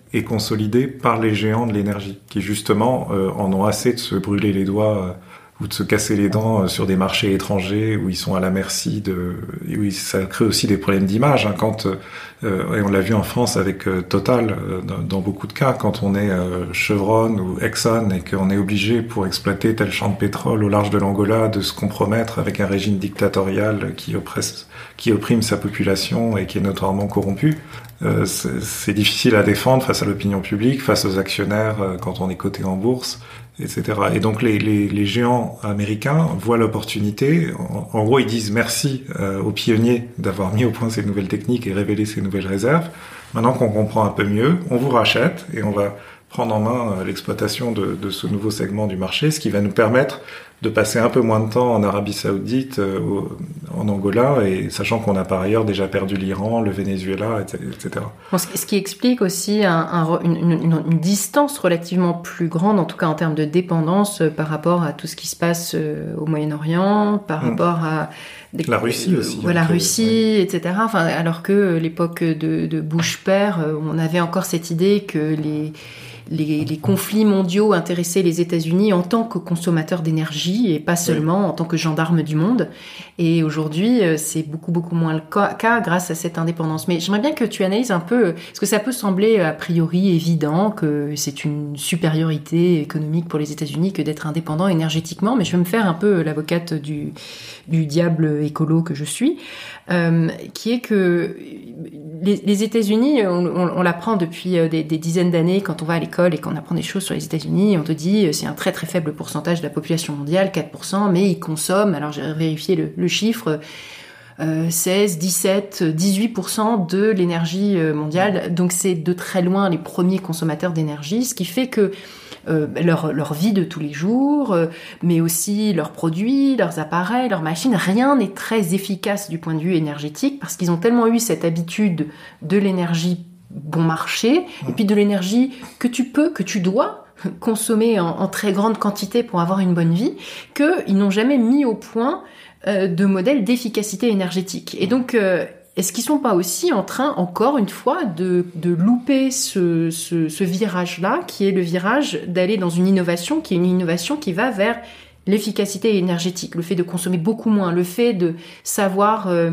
est consolidée par les géants de l'énergie, qui justement euh, en ont assez de se brûler les doigts euh, ou de se casser les dents euh, sur des marchés étrangers où ils sont à la merci de... Et oui, ça crée aussi des problèmes d'image. Hein, quand euh, et on l'a vu en France avec euh, Total, euh, dans, dans beaucoup de cas, quand on est euh, Chevron ou Exxon et qu'on est obligé pour exploiter tel champ de pétrole au large de l'Angola de se compromettre avec un régime dictatorial qui oppresse, qui opprime sa population et qui est notoirement corrompu, euh, c'est, c'est difficile à défendre face à l'opinion publique, face aux actionnaires euh, quand on est coté en bourse, et cetera. Et donc les, les, les géants américains voient l'opportunité. En, en gros, ils disent merci euh, aux pionniers d'avoir mis au point ces nouvelles techniques et révélé ces nouvelles réserves. Maintenant qu'on comprend un peu mieux, on vous rachète et on va prendre en main euh, l'exploitation de, de ce nouveau segment du marché, ce qui va nous permettre de passer un peu moins de temps en Arabie Saoudite, euh, au, en Angola, et sachant qu'on a par ailleurs déjà perdu l'Iran, le Venezuela, et cetera. Bon, ce qui explique aussi un, un, une, une, une distance relativement plus grande, en tout cas en termes de dépendance, euh, par rapport à tout ce qui se passe euh, au Moyen-Orient, par mmh. rapport à des, la Russie euh, aussi. Ouais, la hein, Russie, ouais. et cetera. Enfin, alors que l'époque de, de Bush père, euh, on avait encore cette idée que les Les, les conflits mondiaux intéressaient les États-Unis en tant que consommateurs d'énergie et pas seulement oui. en tant que gendarmes du monde. Et aujourd'hui, c'est beaucoup, beaucoup moins le cas grâce à cette indépendance. Mais j'aimerais bien que tu analyses un peu, parce que ça peut sembler a priori évident que c'est une supériorité économique pour les États-Unis que d'être indépendant énergétiquement, mais je vais me faire un peu l'avocate du, du diable écolo que je suis, euh, qui est que les, les États-Unis, on, on, on l'apprend depuis des, des dizaines d'années quand on va à l'école et qu'on apprend des choses sur les États-Unis, on te dit c'est un très très faible pourcentage de la population mondiale, quatre pour cent, mais ils consomment, alors j'ai vérifié le, le chiffre, euh, seize, dix-sept, dix-huit pour cent de l'énergie mondiale, donc c'est de très loin les premiers consommateurs d'énergie, ce qui fait que Euh, leur, leur vie de tous les jours, euh, mais aussi leurs produits, leurs appareils, leurs machines, rien n'est très efficace du point de vue énergétique parce qu'ils ont tellement eu cette habitude de l'énergie bon marché et puis de l'énergie que tu peux, que tu dois consommer en, en très grande quantité pour avoir une bonne vie, qu'ils n'ont jamais mis au point euh, de modèle d'efficacité énergétique. Et donc, euh, est-ce qu'ils sont pas aussi en train, encore une fois, de, de louper ce, ce, ce virage-là, qui est le virage d'aller dans une innovation, qui est une innovation qui va vers l'efficacité énergétique, le fait de consommer beaucoup moins, le fait de savoir euh,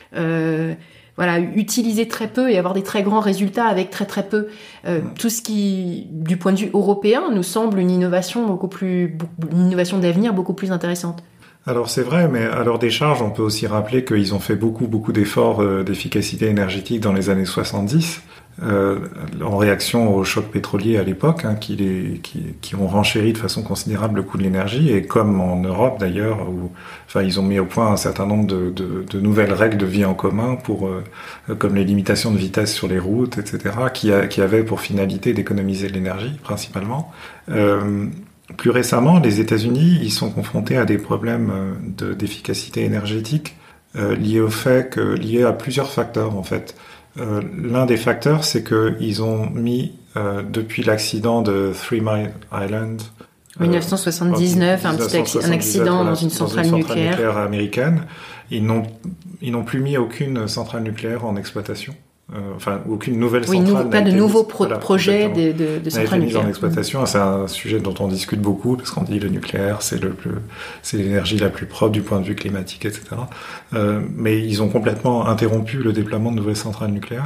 euh, voilà, utiliser très peu et avoir des très grands résultats avec très très peu. Euh, tout ce qui, du point de vue européen, nous semble une innovation beaucoup plus, une innovation d'avenir beaucoup plus intéressante. Alors c'est vrai, mais à leur décharge, on peut aussi rappeler qu'ils ont fait beaucoup, beaucoup d'efforts euh, d'efficacité énergétique dans les années soixante-dix, euh, en réaction au choc pétrolier à l'époque, hein, qui, les, qui, qui ont renchéri de façon considérable le coût de l'énergie, et comme en Europe d'ailleurs, où enfin, ils ont mis au point un certain nombre de, de, de nouvelles règles de vie en commun, pour, euh, comme les limitations de vitesse sur les routes, et cetera, qui, a, qui avaient pour finalité d'économiser de l'énergie, principalement. Euh, Plus récemment, les États-Unis, ils sont confrontés à des problèmes de, d'efficacité énergétique euh, liés au fait que, liés à plusieurs facteurs en fait. Euh, l'un des facteurs, c'est que ils ont mis euh, depuis l'accident de Three Mile Island, dix-neuf cent soixante-dix-neuf, euh, un petit acc- un accident dans une centrale, dans une centrale nucléaire. nucléaire américaine, ils n'ont ils n'ont plus mis aucune centrale nucléaire en exploitation. Euh, enfin, aucune nouvelle oui, centrale. Nou- pas de nouveaux pro- voilà, projets de, de, de centrales nucléaires. En exploitation, mmh. C'est un sujet dont on discute beaucoup parce qu'on dit le nucléaire, c'est le plus, c'est l'énergie la plus propre du point de vue climatique, et cetera. Euh, mais ils ont complètement interrompu le déploiement de nouvelles centrales nucléaires.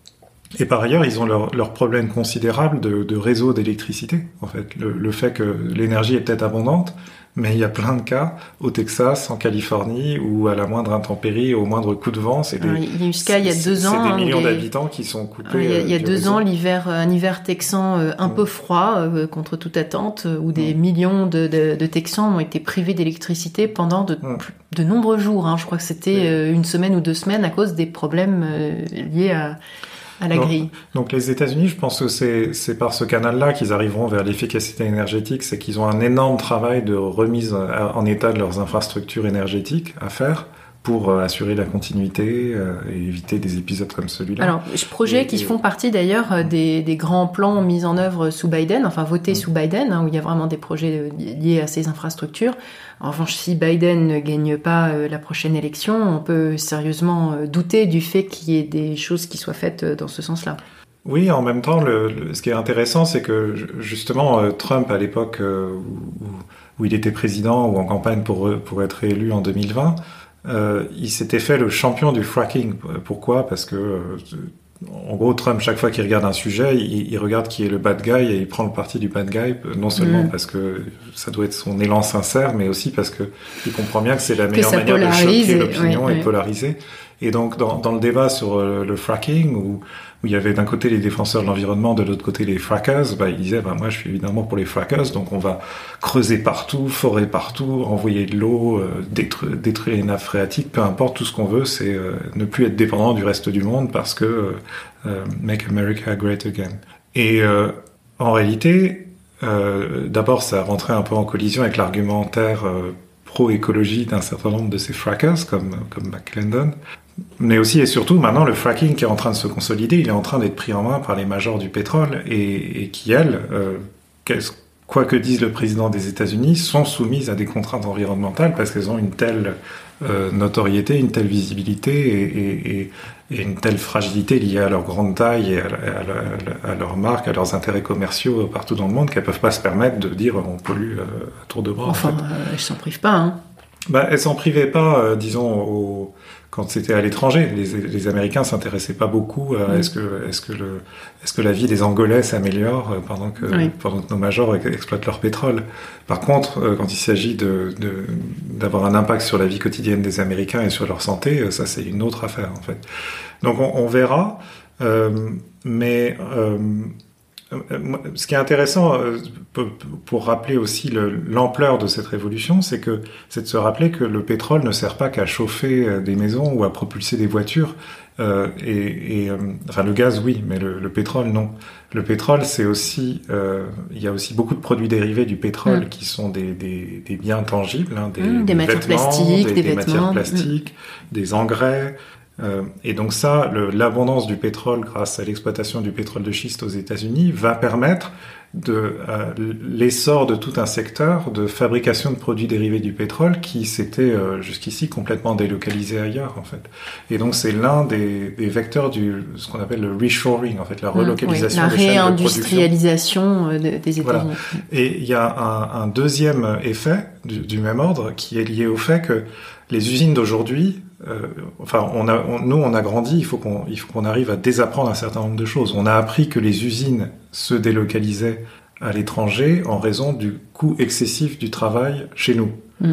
Et par ailleurs, ils ont leur, leur problème considérable de, de réseau d'électricité. En fait, le, le fait que l'énergie est peut-être abondante, mais il y a plein de cas au Texas, en Californie, où à la moindre intempérie, au moindre coup de vent, c'est des, Alors, il y a eu ce cas il y a deux ans. C'est des millions des... d'habitants qui sont coupés. Il y a, il y a deux réseau. ans, l'hiver, un hiver texan euh, un mmh. peu froid, euh, contre toute attente, où des mmh. millions de, de, de Texans ont été privés d'électricité pendant de, mmh. de nombreux jours. Hein. Je crois que c'était mmh. euh, une semaine ou deux semaines à cause des problèmes euh, liés à... à la donc, grille. Donc les États-Unis, je pense que c'est, c'est par ce canal-là qu'ils arriveront vers l'efficacité énergétique, c'est qu'ils ont un énorme travail de remise en état de leurs infrastructures énergétiques à faire pour assurer la continuité euh, et éviter des épisodes comme celui-là. Alors, projets et, qui et... font partie d'ailleurs des, des grands plans mis en œuvre sous Biden, enfin votés mmh. sous Biden, hein, où il y a vraiment des projets liés à ces infrastructures. En revanche, si Biden ne gagne pas euh, la prochaine élection, on peut sérieusement euh, douter du fait qu'il y ait des choses qui soient faites euh, dans ce sens-là. Oui, en même temps, le, le, ce qui est intéressant, c'est que justement, euh, Trump, à l'époque euh, où, où il était président ou en campagne pour, pour être élu en deux mille vingt, euh, il s'était fait le champion du fracking. Pourquoi ? Parce que, euh, en gros, Trump, chaque fois qu'il regarde un sujet, il, il regarde qui est le bad guy et il prend le parti du bad guy, non seulement mmh. parce que ça doit être son élan sincère, mais aussi parce que il comprend bien que c'est la meilleure manière de choquer l'opinion oui, et oui. polariser. Et donc, dans, dans le débat sur euh, le fracking, où, où il y avait d'un côté les défenseurs de l'environnement, de l'autre côté les frackers, bah, il disait, bah, moi, je suis évidemment pour les frackers, donc on va creuser partout, forer partout, envoyer de l'eau, euh, détruire, détruire les nappes phréatiques, peu importe, tout ce qu'on veut, c'est euh, ne plus être dépendant du reste du monde parce que euh, Make America Great Again. Et euh, en réalité, euh, d'abord, ça rentrait un peu en collision avec l'argumentaire euh, pro-écologie d'un certain nombre de ces frackers, comme, comme McClendon. Mais aussi et surtout, maintenant, le fracking qui est en train de se consolider, il est en train d'être pris en main par les majors du pétrole et, et qui, elles, euh, quoi que dise le président des États-Unis, sont soumises à des contraintes environnementales parce qu'elles ont une telle euh, notoriété, une telle visibilité et, et, et une telle fragilité liée à leur grande taille et à, à, à, à leur marque, à leurs intérêts commerciaux partout dans le monde qu'elles peuvent pas se permettre de dire on pollue euh, à tour de bras. Enfin, en fait. euh, elles s'en privent pas, hein. Bah, elles s'en privaient pas, euh, disons, au... quand c'était à l'étranger. Les, les Américains s'intéressaient pas beaucoup à mmh. est-ce que, est-ce que le, est-ce que la vie des Angolais s'améliore pendant que, oui. pendant que nos majors exploitent leur pétrole. Par contre, euh, quand il s'agit de, de, d'avoir un impact sur la vie quotidienne des Américains et sur leur santé, ça c'est une autre affaire, en fait. Donc on, on verra, euh, mais, euh, ce qui est intéressant pour rappeler aussi le, l'ampleur de cette révolution, c'est que c'est de se rappeler que le pétrole ne sert pas qu'à chauffer des maisons ou à propulser des voitures. Euh, et, et enfin le gaz oui, mais le, le pétrole non. Le pétrole c'est aussi, euh, il y a aussi beaucoup de produits dérivés du pétrole mmh. qui sont des, des, des biens tangibles, hein, des, mmh, des, des matières vêtements, plastiques, des, des, des vêtements, matières plastiques, mmh. des engrais. Euh, et donc ça, le, l'abondance du pétrole grâce à l'exploitation du pétrole de schiste aux États-Unis va permettre de euh, l'essor de tout un secteur de fabrication de produits dérivés du pétrole qui s'était euh, jusqu'ici complètement délocalisé ailleurs en fait. Et donc c'est l'un des, des vecteurs du ce qu'on appelle le reshoring en fait, la relocalisation mmh, oui, des chaînes de production. La réindustrialisation de, des États-Unis. Voilà. Et il y a un, un deuxième effet du, du même ordre qui est lié au fait que les usines d'aujourd'hui Euh, enfin, on a, on, nous, on a grandi. Il faut qu'on, il faut qu'on arrive à désapprendre un certain nombre de choses. On a appris que les usines se délocalisaient à l'étranger en raison du coût excessif du travail chez nous. Mm.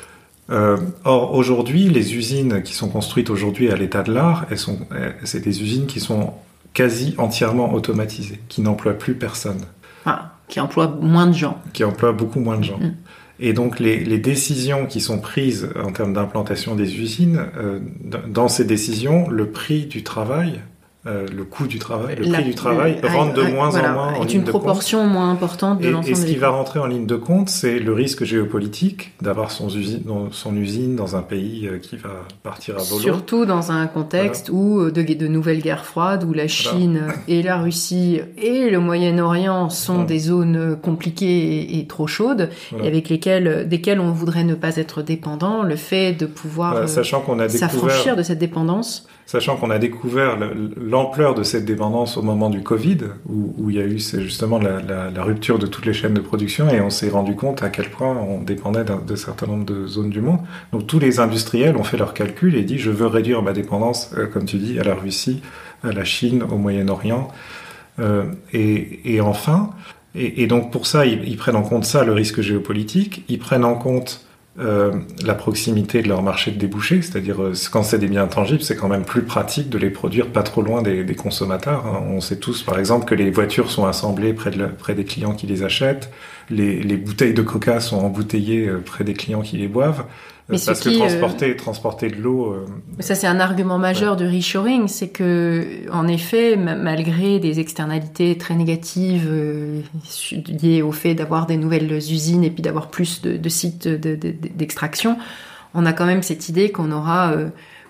Euh, or, aujourd'hui, les usines qui sont construites aujourd'hui à l'état de l'art, elles sont, c'est des usines qui sont quasi entièrement automatisées, qui n'emploient plus personne. Ah, qui emploient moins de gens. Qui emploient beaucoup moins de gens. Mm. Et donc les, les décisions qui sont prises en termes d'implantation des usines, euh, dans ces décisions, le prix du travail, euh, le coût du travail, le La, prix du travail le, rentre de moins voilà, en moins en ligne de compte. Est une proportion moins importante de et, l'ensemble. Et ce des qui va rentrer en ligne de compte, c'est le risque géopolitique d'avoir son usine, son usine dans un pays qui va partir à volo. Surtout dans un contexte voilà. où de, de nouvelles guerres froides, où la Chine voilà. et la Russie et le Moyen-Orient sont voilà. des zones compliquées et, et trop chaudes, voilà. et avec lesquelles, desquelles on voudrait ne pas être dépendant. Le fait de pouvoir voilà, sachant qu'on a s'affranchir découvert... de cette dépendance. Sachant qu'on a découvert l'ampleur de cette dépendance au moment du Covid, où, où il y a eu c'est justement la, la, la rupture de toutes les chaînes de production, et on s'est rendu compte à quel point on dépendait d'un de certain nombre de zones du monde. Donc tous les industriels ont fait leurs calculs et dit je veux réduire ma dépendance, euh, comme tu dis, à la Russie, à la Chine, au Moyen-Orient, euh, et, et enfin, et, et donc pour ça ils, ils prennent en compte ça, le risque géopolitique, ils prennent en compte Euh, la proximité de leur marché de débouchés, c'est-à-dire euh, quand c'est des biens tangibles, c'est quand même plus pratique de les produire pas trop loin des, des consommateurs. Hein. On sait tous, par exemple, que les voitures sont assemblées près, de la, près des clients qui les achètent, les, les bouteilles de coca sont embouteillées euh, près des clients qui les boivent. Mais parce qui, que transporter, euh... transporter de l'eau... Euh... Ça, c'est un argument majeur ouais. du reshoring, c'est que, en effet, m- malgré des externalités très négatives euh, liées au fait d'avoir des nouvelles usines et puis d'avoir plus de, de sites de, de, de, d'extraction, on a quand même cette idée qu'on aura euh,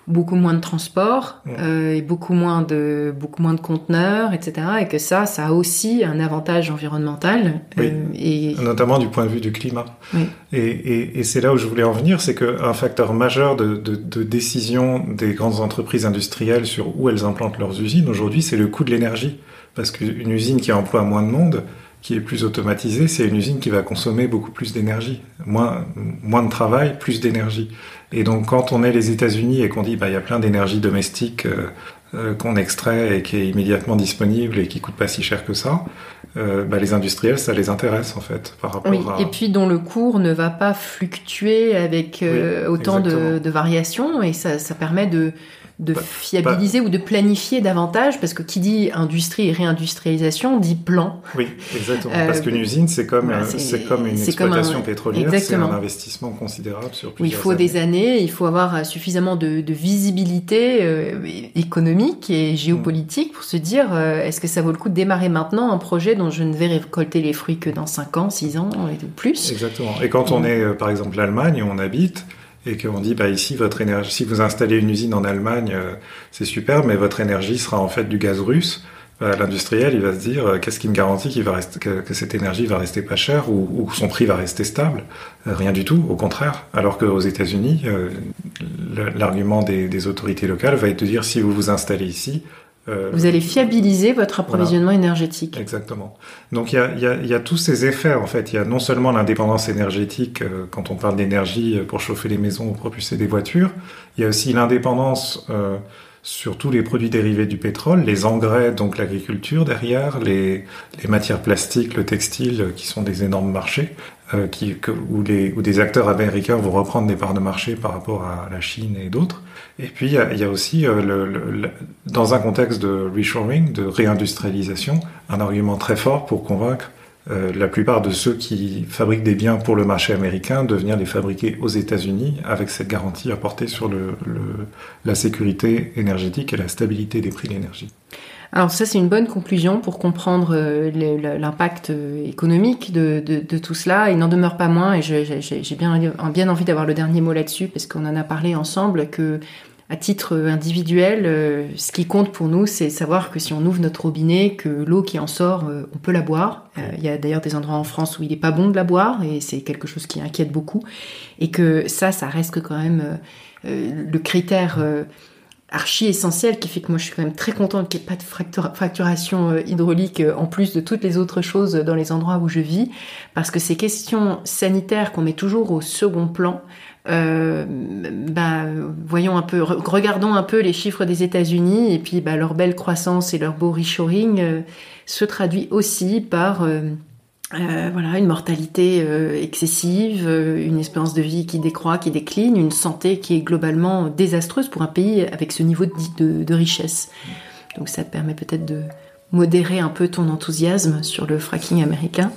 beaucoup moins de transport mmh. euh, et beaucoup moins de beaucoup moins de conteneurs, et cetera. Et que ça, ça a aussi un avantage environnemental. Oui. Euh, et notamment du point de vue du climat. Oui. Et, et, et c'est là où je voulais en venir, c'est qu'un facteur majeur de, de, de décision des grandes entreprises industrielles sur où elles implantent leurs usines aujourd'hui, c'est le coût de l'énergie. Parce qu'une usine qui emploie moins de monde, qui est plus automatisée, c'est une usine qui va consommer beaucoup plus d'énergie. Moins, moins de travail, plus d'énergie. Et donc quand on est les États-Unis et qu'on dit bah il y a plein d'énergie domestique euh, euh, qu'on extrait et qui est immédiatement disponible et qui coûte pas si cher que ça, euh, bah, les industriels ça les intéresse en fait par rapport oui, à... et puis dont le cours ne va pas fluctuer avec euh, oui, autant de, de variations et ça, ça permet de de Pas- fiabiliser pas- ou de planifier davantage, parce que qui dit industrie et réindustrialisation dit plan. Oui, exactement. Euh, Parce qu'une usine, c'est comme, voilà, euh, c'est- c'est comme une c'est comme exploitation un- pétrolière, c'est exactement. un investissement considérable sur Où il plusieurs faut années. des années, il faut avoir suffisamment de, de visibilité euh, économique et géopolitique pour se dire euh, est-ce que ça vaut le coup de démarrer maintenant un projet dont je ne vais récolter les fruits que dans cinq ans, six ans et plus. Exactement. Et quand on est, euh, par exemple, l'Allemagne, où on habite, et qu'on dit, bah, ici, votre énergie, si vous installez une usine en Allemagne, euh, c'est super, mais votre énergie sera en fait du gaz russe. Bah, l'industriel, il va se dire, euh, qu'est-ce qui me garantit qu'il va rester, que, que cette énergie va rester pas chère ou, ou que son prix va rester stable? Euh, rien du tout, au contraire. Alors qu'aux États-Unis, euh, l'argument des, des autorités locales va être de dire, si vous vous installez ici, Euh, vous allez fiabiliser votre approvisionnement voilà. énergétique. Exactement. Donc il y a, y, a, y a tous ces effets en fait. Il y a non seulement l'indépendance énergétique euh, quand on parle d'énergie pour chauffer les maisons ou propulser des voitures, il y a aussi l'indépendance euh, sur tous les produits dérivés du pétrole, les engrais, donc l'agriculture derrière, les, les matières plastiques, le textile, qui sont des énormes marchés, euh, qui, que, où, les, où des acteurs américains vont reprendre des parts de marché par rapport à la Chine et d'autres. Et puis il y a, il y a aussi, euh, le, le, le, dans un contexte de reshoring, de réindustrialisation, un argument très fort pour convaincre euh, la plupart de ceux qui fabriquent des biens pour le marché américain de venir les fabriquer aux États-Unis avec cette garantie apportée sur le, le, la sécurité énergétique et la stabilité des prix de l'énergie. Alors ça, c'est une bonne conclusion pour comprendre euh, l'impact économique de, de, de tout cela. Il n'en demeure pas moins, et j'ai bien, bien envie d'avoir le dernier mot là-dessus, parce qu'on en a parlé ensemble, que à titre individuel, euh, ce qui compte pour nous, c'est savoir que si on ouvre notre robinet, que l'eau qui en sort, euh, on peut la boire. Euh, il y a d'ailleurs des endroits en France où il n'est pas bon de la boire, et c'est quelque chose qui inquiète beaucoup. Et que ça, ça reste quand même euh, le critère euh, archi essentiel qui fait que moi je suis quand même très contente qu'il n'y ait pas de fractura- fracturation euh, hydraulique euh, en plus de toutes les autres choses dans les endroits où je vis, parce que ces questions sanitaires qu'on met toujours au second plan, Euh, bah, voyons un peu, regardons un peu les chiffres des États-Unis et puis bah, leur belle croissance et leur beau reshoring euh, se traduit aussi par euh, euh, voilà, une mortalité euh, excessive, euh, une espérance de vie qui décroît, qui décline, une santé qui est globalement désastreuse pour un pays avec ce niveau de, de, de richesse. Donc ça te permet peut-être de modérer un peu ton enthousiasme sur le fracking américain.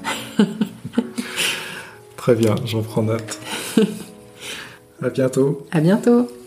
Très bien, j'en prends note. À bientôt. À bientôt.